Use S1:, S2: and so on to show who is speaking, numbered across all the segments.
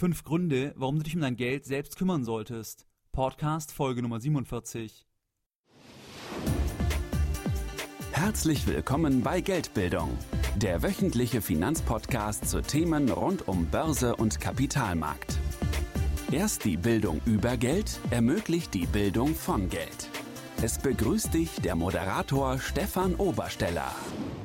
S1: 5 Gründe, warum du dich um dein Geld selbst kümmern solltest. Podcast Folge Nummer 47.
S2: Herzlich willkommen bei Geldbildung, der wöchentliche Finanzpodcast zu Themen rund um Börse und Kapitalmarkt. Erst die Bildung über Geld ermöglicht die Bildung von Geld. Es begrüßt dich der Moderator Stefan Obersteller.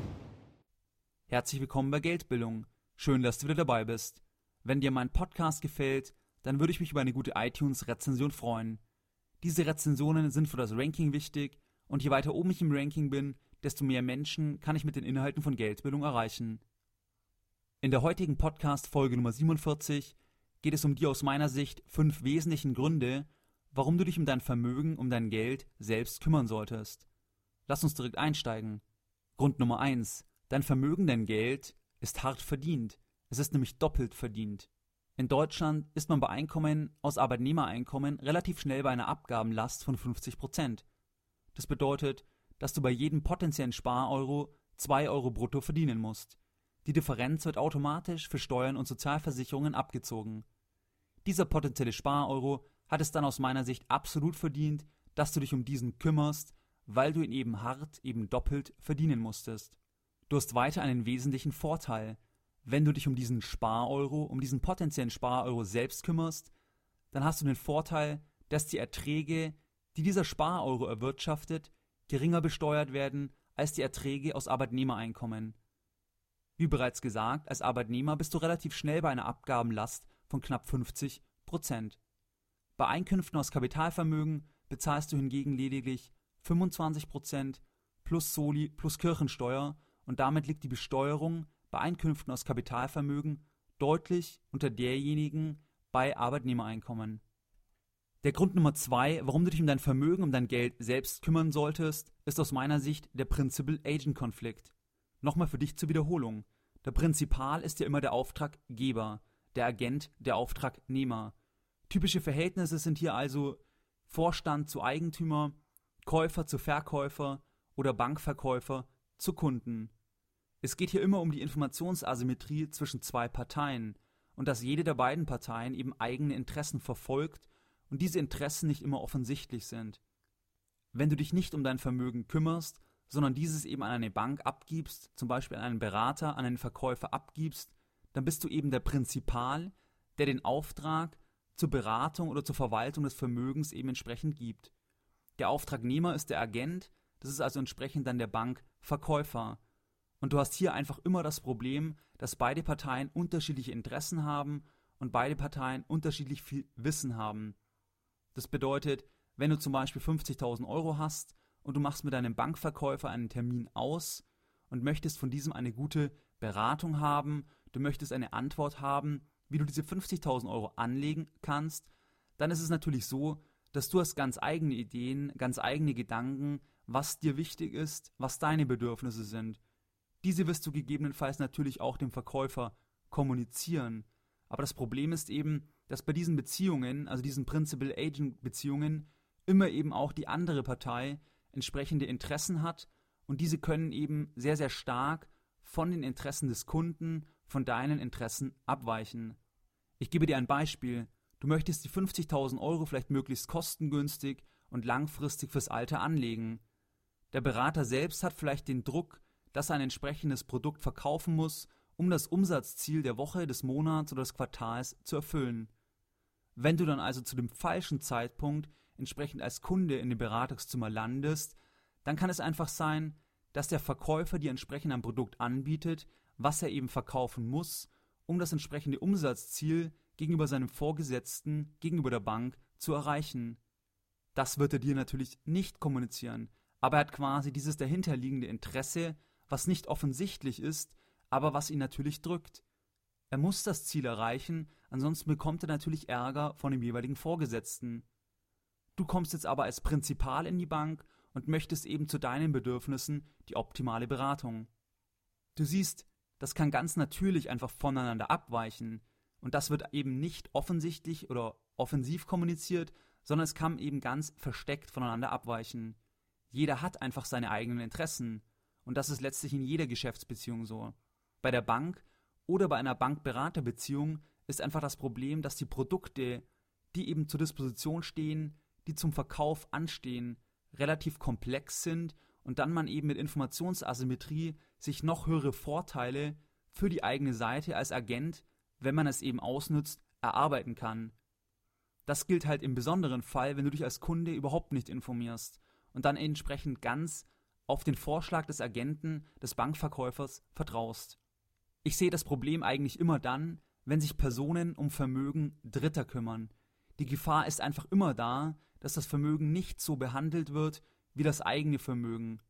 S1: Herzlich willkommen bei Geldbildung. Schön, dass du wieder dabei bist. Wenn dir mein Podcast gefällt, dann würde ich mich über eine gute iTunes-Rezension freuen. Diese Rezensionen sind für das Ranking wichtig und je weiter oben ich im Ranking bin, desto mehr Menschen kann ich mit den Inhalten von Geldbildung erreichen. In der heutigen Podcast-Folge Nummer 47 geht es um die aus meiner Sicht 5 wesentlichen Gründe, warum du dich um dein Vermögen, um dein Geld selbst kümmern solltest. Lass uns direkt einsteigen. Grund Nummer 1. Dein Vermögen, dein Geld ist hart verdient. Es ist nämlich doppelt verdient. In Deutschland ist man bei Einkommen aus Arbeitnehmereinkommen relativ schnell bei einer Abgabenlast von 50%. Das bedeutet, dass du bei jedem potenziellen Spareuro 2 Euro brutto verdienen musst. Die Differenz wird automatisch für Steuern und Sozialversicherungen abgezogen. Dieser potenzielle Spareuro hat es dann aus meiner Sicht absolut verdient, dass du dich um diesen kümmerst, weil du ihn eben hart, eben doppelt verdienen musstest. Du hast weiter einen wesentlichen Vorteil. Wenn du dich um diesen Spareuro, um diesen potenziellen Spareuro selbst kümmerst, dann hast du den Vorteil, dass die Erträge, die dieser Spareuro erwirtschaftet, geringer besteuert werden als die Erträge aus Arbeitnehmereinkommen. Wie bereits gesagt, als Arbeitnehmer bist du relativ schnell bei einer Abgabenlast von knapp 50%. Bei Einkünften aus Kapitalvermögen bezahlst du hingegen lediglich 25% plus Soli plus Kirchensteuer und damit liegt die Besteuerung bei Einkünften aus Kapitalvermögen deutlich unter derjenigen bei Arbeitnehmereinkommen. Der Grund Nummer 2, warum du dich um dein Vermögen, um dein Geld selbst kümmern solltest, ist aus meiner Sicht der Principal-Agent-Konflikt. Nochmal für dich zur Wiederholung. Der Prinzipal ist ja immer der Auftraggeber, der Agent der Auftragnehmer. Typische Verhältnisse sind hier also Vorstand zu Eigentümer, Käufer zu Verkäufer oder Bankverkäufer zu Kunden. Es geht hier immer um die Informationsasymmetrie zwischen 2 Parteien und dass jede der beiden Parteien eben eigene Interessen verfolgt und diese Interessen nicht immer offensichtlich sind. Wenn du dich nicht um dein Vermögen kümmerst, sondern dieses eben an eine Bank abgibst, zum Beispiel an einen Berater, an einen Verkäufer abgibst, dann bist du eben der Prinzipal, der den Auftrag zur Beratung oder zur Verwaltung des Vermögens eben entsprechend gibt. Der Auftragnehmer ist der Agent, das ist also entsprechend dann der Bankverkäufer. Und du hast hier einfach immer das Problem, dass beide Parteien unterschiedliche Interessen haben und beide Parteien unterschiedlich viel Wissen haben. Das bedeutet, wenn du zum Beispiel 50.000 Euro hast und du machst mit deinem Bankverkäufer einen Termin aus und möchtest von diesem eine gute Beratung haben, du möchtest eine Antwort haben, wie du diese 50.000 Euro anlegen kannst, dann ist es natürlich so, dass du hast ganz eigene Ideen, ganz eigene Gedanken, was dir wichtig ist, was deine Bedürfnisse sind. Diese wirst du gegebenenfalls natürlich auch dem Verkäufer kommunizieren. Aber das Problem ist eben, dass bei diesen Beziehungen, also diesen Principal-Agent-Beziehungen, immer eben auch die andere Partei entsprechende Interessen hat und diese können eben sehr, sehr stark von den Interessen des Kunden, von deinen Interessen abweichen. Ich gebe dir ein Beispiel. Du möchtest die 50.000 Euro vielleicht möglichst kostengünstig und langfristig fürs Alter anlegen. Der Berater selbst hat vielleicht den Druck, dass er ein entsprechendes Produkt verkaufen muss, um das Umsatzziel der Woche, des Monats oder des Quartals zu erfüllen. Wenn du dann also zu dem falschen Zeitpunkt entsprechend als Kunde in dem Beratungszimmer landest, dann kann es einfach sein, dass der Verkäufer dir entsprechend ein Produkt anbietet, was er eben verkaufen muss, um das entsprechende Umsatzziel gegenüber seinem Vorgesetzten, gegenüber der Bank zu erreichen. Das wird er dir natürlich nicht kommunizieren, aber er hat quasi dieses dahinterliegende Interesse, was nicht offensichtlich ist, aber was ihn natürlich drückt. Er muss das Ziel erreichen, ansonsten bekommt er natürlich Ärger von dem jeweiligen Vorgesetzten. Du kommst jetzt aber als Prinzipal in die Bank und möchtest eben zu deinen Bedürfnissen die optimale Beratung. Du siehst, das kann ganz natürlich einfach voneinander abweichen und das wird eben nicht offensichtlich oder offensiv kommuniziert, sondern es kann eben ganz versteckt voneinander abweichen. Jeder hat einfach seine eigenen Interessen. Und das ist letztlich in jeder Geschäftsbeziehung so. Bei der Bank oder bei einer Bankberaterbeziehung ist einfach das Problem, dass die Produkte, die eben zur Disposition stehen, die zum Verkauf anstehen, relativ komplex sind und dann man eben mit Informationsasymmetrie sich noch höhere Vorteile für die eigene Seite als Agent, wenn man es eben ausnutzt, erarbeiten kann. Das gilt halt im besonderen Fall, wenn du dich als Kunde überhaupt nicht informierst und dann entsprechend ganz auf den Vorschlag des Agenten, des Bankverkäufers vertraust. Ich sehe das Problem eigentlich immer dann, wenn sich Personen um Vermögen Dritter kümmern. Die Gefahr ist einfach immer da, dass das Vermögen nicht so behandelt wird wie das eigene Vermögen.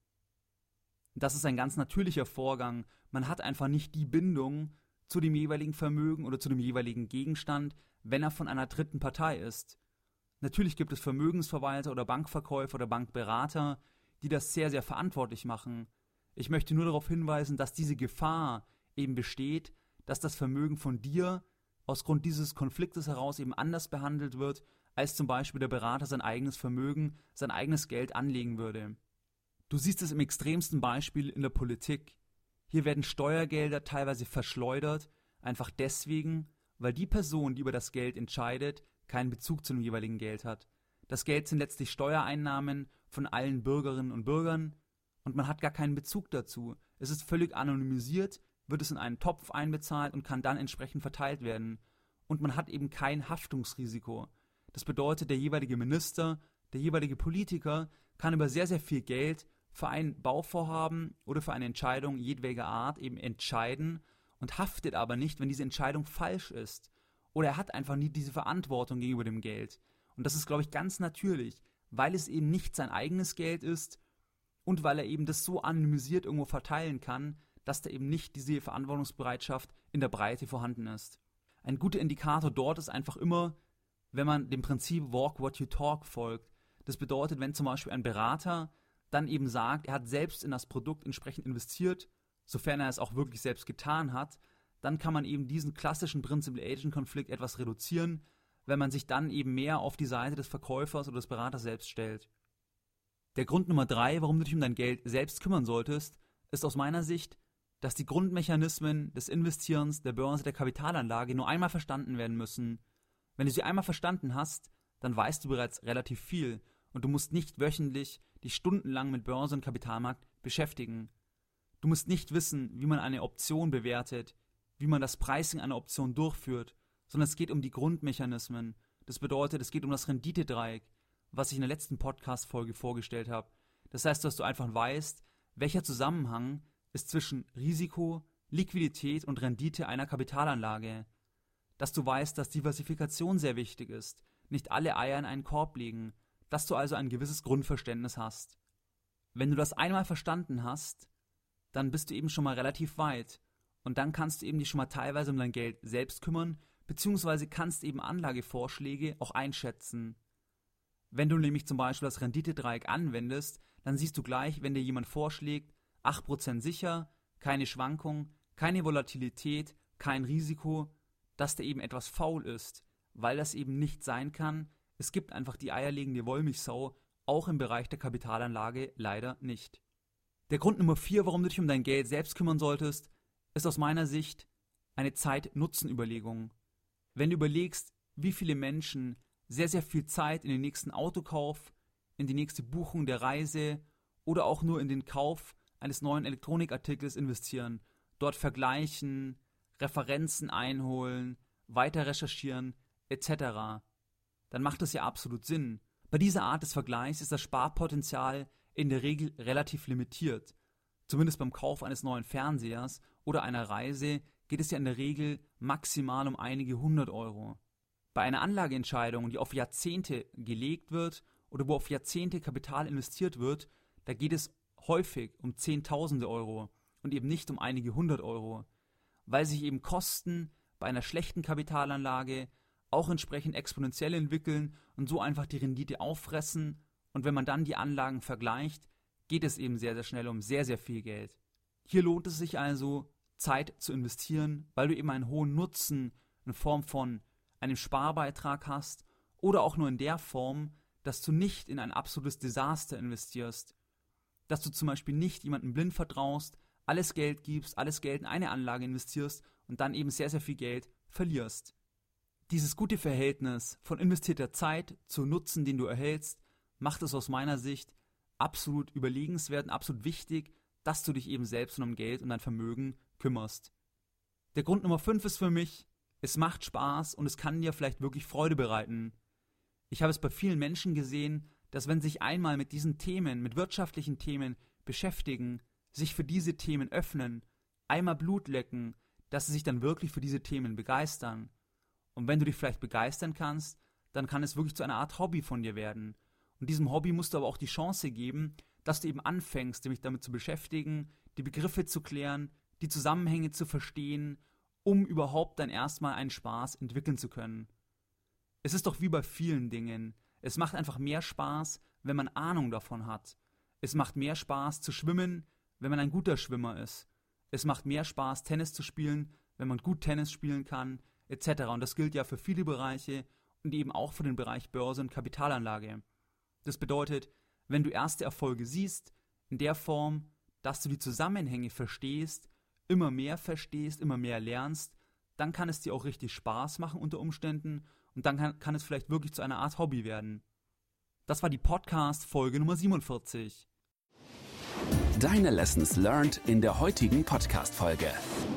S1: Das ist ein ganz natürlicher Vorgang. Man hat einfach nicht die Bindung zu dem jeweiligen Vermögen oder zu dem jeweiligen Gegenstand, wenn er von einer dritten Partei ist. Natürlich gibt es Vermögensverwalter oder Bankverkäufer oder Bankberater, die das sehr, sehr verantwortlich machen. Ich möchte nur darauf hinweisen, dass diese Gefahr eben besteht, dass das Vermögen von dir aus Grund dieses Konfliktes heraus eben anders behandelt wird, als zum Beispiel der Berater sein eigenes Vermögen, sein eigenes Geld anlegen würde. Du siehst es im extremsten Beispiel in der Politik. Hier werden Steuergelder teilweise verschleudert, einfach deswegen, weil die Person, die über das Geld entscheidet, keinen Bezug zu dem jeweiligen Geld hat. Das Geld sind letztlich Steuereinnahmen von allen Bürgerinnen und Bürgern und man hat gar keinen Bezug dazu. Es ist völlig anonymisiert, wird es in einen Topf einbezahlt und kann dann entsprechend verteilt werden. Und man hat eben kein Haftungsrisiko. Das bedeutet, der jeweilige Minister, der jeweilige Politiker kann über sehr, sehr viel Geld für ein Bauvorhaben oder für eine Entscheidung jedweder Art eben entscheiden und haftet aber nicht, wenn diese Entscheidung falsch ist. Oder er hat einfach nie diese Verantwortung gegenüber dem Geld. Und das ist, glaube ich, ganz natürlich, weil es eben nicht sein eigenes Geld ist und weil er eben das so anonymisiert irgendwo verteilen kann, dass da eben nicht diese Verantwortungsbereitschaft in der Breite vorhanden ist. Ein guter Indikator dort ist einfach immer, wenn man dem Prinzip Walk what you talk folgt. Das bedeutet, wenn zum Beispiel ein Berater dann eben sagt, er hat selbst in das Produkt entsprechend investiert, sofern er es auch wirklich selbst getan hat, dann kann man eben diesen klassischen Principal-Agent-Konflikt etwas reduzieren, wenn man sich dann eben mehr auf die Seite des Verkäufers oder des Beraters selbst stellt. Der Grund Nummer 3, warum du dich um dein Geld selbst kümmern solltest, ist aus meiner Sicht, dass die Grundmechanismen des Investierens, der Börse, der Kapitalanlage nur einmal verstanden werden müssen. Wenn du sie einmal verstanden hast, dann weißt du bereits relativ viel und du musst nicht wöchentlich dich stundenlang mit Börse und Kapitalmarkt beschäftigen. Du musst nicht wissen, wie man eine Option bewertet, wie man das Pricing einer Option durchführt, sondern es geht um die Grundmechanismen. Das bedeutet, es geht um das Renditedreieck, was ich in der letzten Podcast-Folge vorgestellt habe. Das heißt, dass du einfach weißt, welcher Zusammenhang ist zwischen Risiko, Liquidität und Rendite einer Kapitalanlage. Dass du weißt, dass Diversifikation sehr wichtig ist, nicht alle Eier in einen Korb legen, dass du also ein gewisses Grundverständnis hast. Wenn du das einmal verstanden hast, dann bist du eben schon mal relativ weit und dann kannst du eben dich schon mal teilweise um dein Geld selbst kümmern, beziehungsweise kannst eben Anlagevorschläge auch einschätzen. Wenn du nämlich zum Beispiel das Renditedreieck anwendest, dann siehst du gleich, wenn dir jemand vorschlägt, 8% sicher, keine Schwankung, keine Volatilität, kein Risiko, dass der eben etwas faul ist, weil das eben nicht sein kann. Es gibt einfach die eierlegende Wollmilchsau, auch im Bereich der Kapitalanlage leider nicht. Der Grund Nummer 4, warum du dich um dein Geld selbst kümmern solltest, ist aus meiner Sicht eine Zeit-Nutzen-Überlegung. Wenn du überlegst, wie viele Menschen sehr, sehr viel Zeit in den nächsten Autokauf, in die nächste Buchung der Reise oder auch nur in den Kauf eines neuen Elektronikartikels investieren, dort vergleichen, Referenzen einholen, weiter recherchieren, etc., dann macht das ja absolut Sinn. Bei dieser Art des Vergleichs ist das Sparpotenzial in der Regel relativ limitiert. Zumindest beim Kauf eines neuen Fernsehers oder einer Reise geht es ja in der Regel maximal um einige 100 Euro. Bei einer Anlageentscheidung, die auf Jahrzehnte gelegt wird oder wo auf Jahrzehnte Kapital investiert wird, da geht es häufig um Zehntausende Euro und eben nicht um einige 100 Euro, weil sich eben Kosten bei einer schlechten Kapitalanlage auch entsprechend exponentiell entwickeln und so einfach die Rendite auffressen, und wenn man dann die Anlagen vergleicht, geht es eben sehr, sehr schnell um sehr, sehr viel Geld. Hier lohnt es sich also, Zeit zu investieren, weil du eben einen hohen Nutzen in Form von einem Sparbeitrag hast oder auch nur in der Form, dass du nicht in ein absolutes Desaster investierst, dass du zum Beispiel nicht jemandem blind vertraust, alles Geld gibst, alles Geld in eine Anlage investierst und dann eben sehr, sehr viel Geld verlierst. Dieses gute Verhältnis von investierter Zeit zu Nutzen, den du erhältst, macht es aus meiner Sicht absolut überlegenswert und absolut wichtig, dass du dich eben selbst um Geld und dein Vermögen kümmerst. Der Grund Nummer 5 ist für mich, es macht Spaß und es kann dir vielleicht wirklich Freude bereiten. Ich habe es bei vielen Menschen gesehen, dass wenn sie sich einmal mit diesen Themen, mit wirtschaftlichen Themen beschäftigen, sich für diese Themen öffnen, einmal Blut lecken, dass sie sich dann wirklich für diese Themen begeistern. Und wenn du dich vielleicht begeistern kannst, dann kann es wirklich zu einer Art Hobby von dir werden. Und diesem Hobby musst du aber auch die Chance geben, dass du eben anfängst, dich damit zu beschäftigen, die Begriffe zu klären, die Zusammenhänge zu verstehen, um überhaupt dann erstmal einen Spaß entwickeln zu können. Es ist doch wie bei vielen Dingen. Es macht einfach mehr Spaß, wenn man Ahnung davon hat. Es macht mehr Spaß zu schwimmen, wenn man ein guter Schwimmer ist. Es macht mehr Spaß, Tennis zu spielen, wenn man gut Tennis spielen kann, etc. Und das gilt ja für viele Bereiche und eben auch für den Bereich Börse und Kapitalanlage. Das bedeutet, wenn du erste Erfolge siehst, in der Form, dass du die Zusammenhänge verstehst, immer mehr lernst, dann kann es dir auch richtig Spaß machen unter Umständen und dann kann es vielleicht wirklich zu einer Art Hobby werden. Das war die Podcast-Folge Nummer 47.
S2: Deine Lessons learned in der heutigen Podcast-Folge.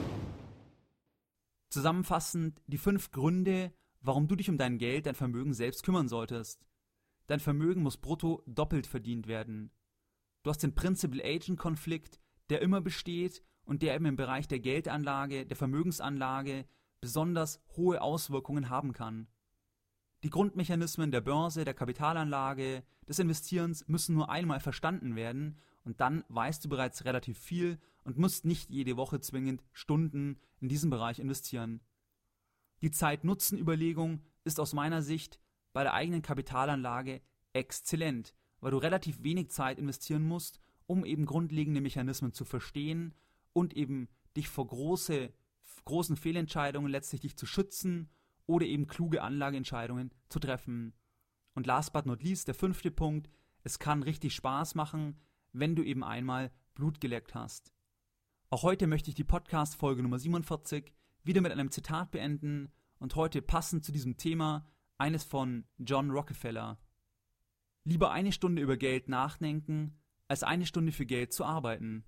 S1: Zusammenfassend die 5 Gründe, warum du dich um dein Geld, dein Vermögen selbst kümmern solltest. Dein Vermögen muss brutto doppelt verdient werden. Du hast den Principal-Agent-Konflikt, der immer besteht und der eben im Bereich der Geldanlage, der Vermögensanlage besonders hohe Auswirkungen haben kann. Die Grundmechanismen der Börse, der Kapitalanlage, des Investierens müssen nur einmal verstanden werden und dann weißt du bereits relativ viel und musst nicht jede Woche zwingend Stunden in diesem Bereich investieren. Die Zeit-Nutzen-Überlegung ist aus meiner Sicht bei der eigenen Kapitalanlage exzellent, weil du relativ wenig Zeit investieren musst, um eben grundlegende Mechanismen zu verstehen und eben dich vor großen Fehlentscheidungen letztlich dich zu schützen oder eben kluge Anlageentscheidungen zu treffen. Und last but not least, der 5. Punkt, es kann richtig Spaß machen, wenn du eben einmal Blut geleckt hast. Auch heute möchte ich die Podcast-Folge Nummer 47 wieder mit einem Zitat beenden und heute passend zu diesem Thema eines von John Rockefeller. Lieber 1 Stunde über Geld nachdenken, als 1 Stunde für Geld zu arbeiten.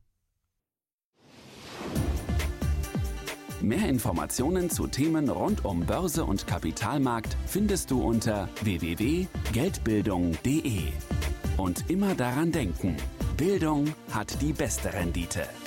S2: Mehr Informationen zu Themen rund um Börse und Kapitalmarkt findest du unter www.geldbildung.de. Und immer daran denken, Bildung hat die beste Rendite.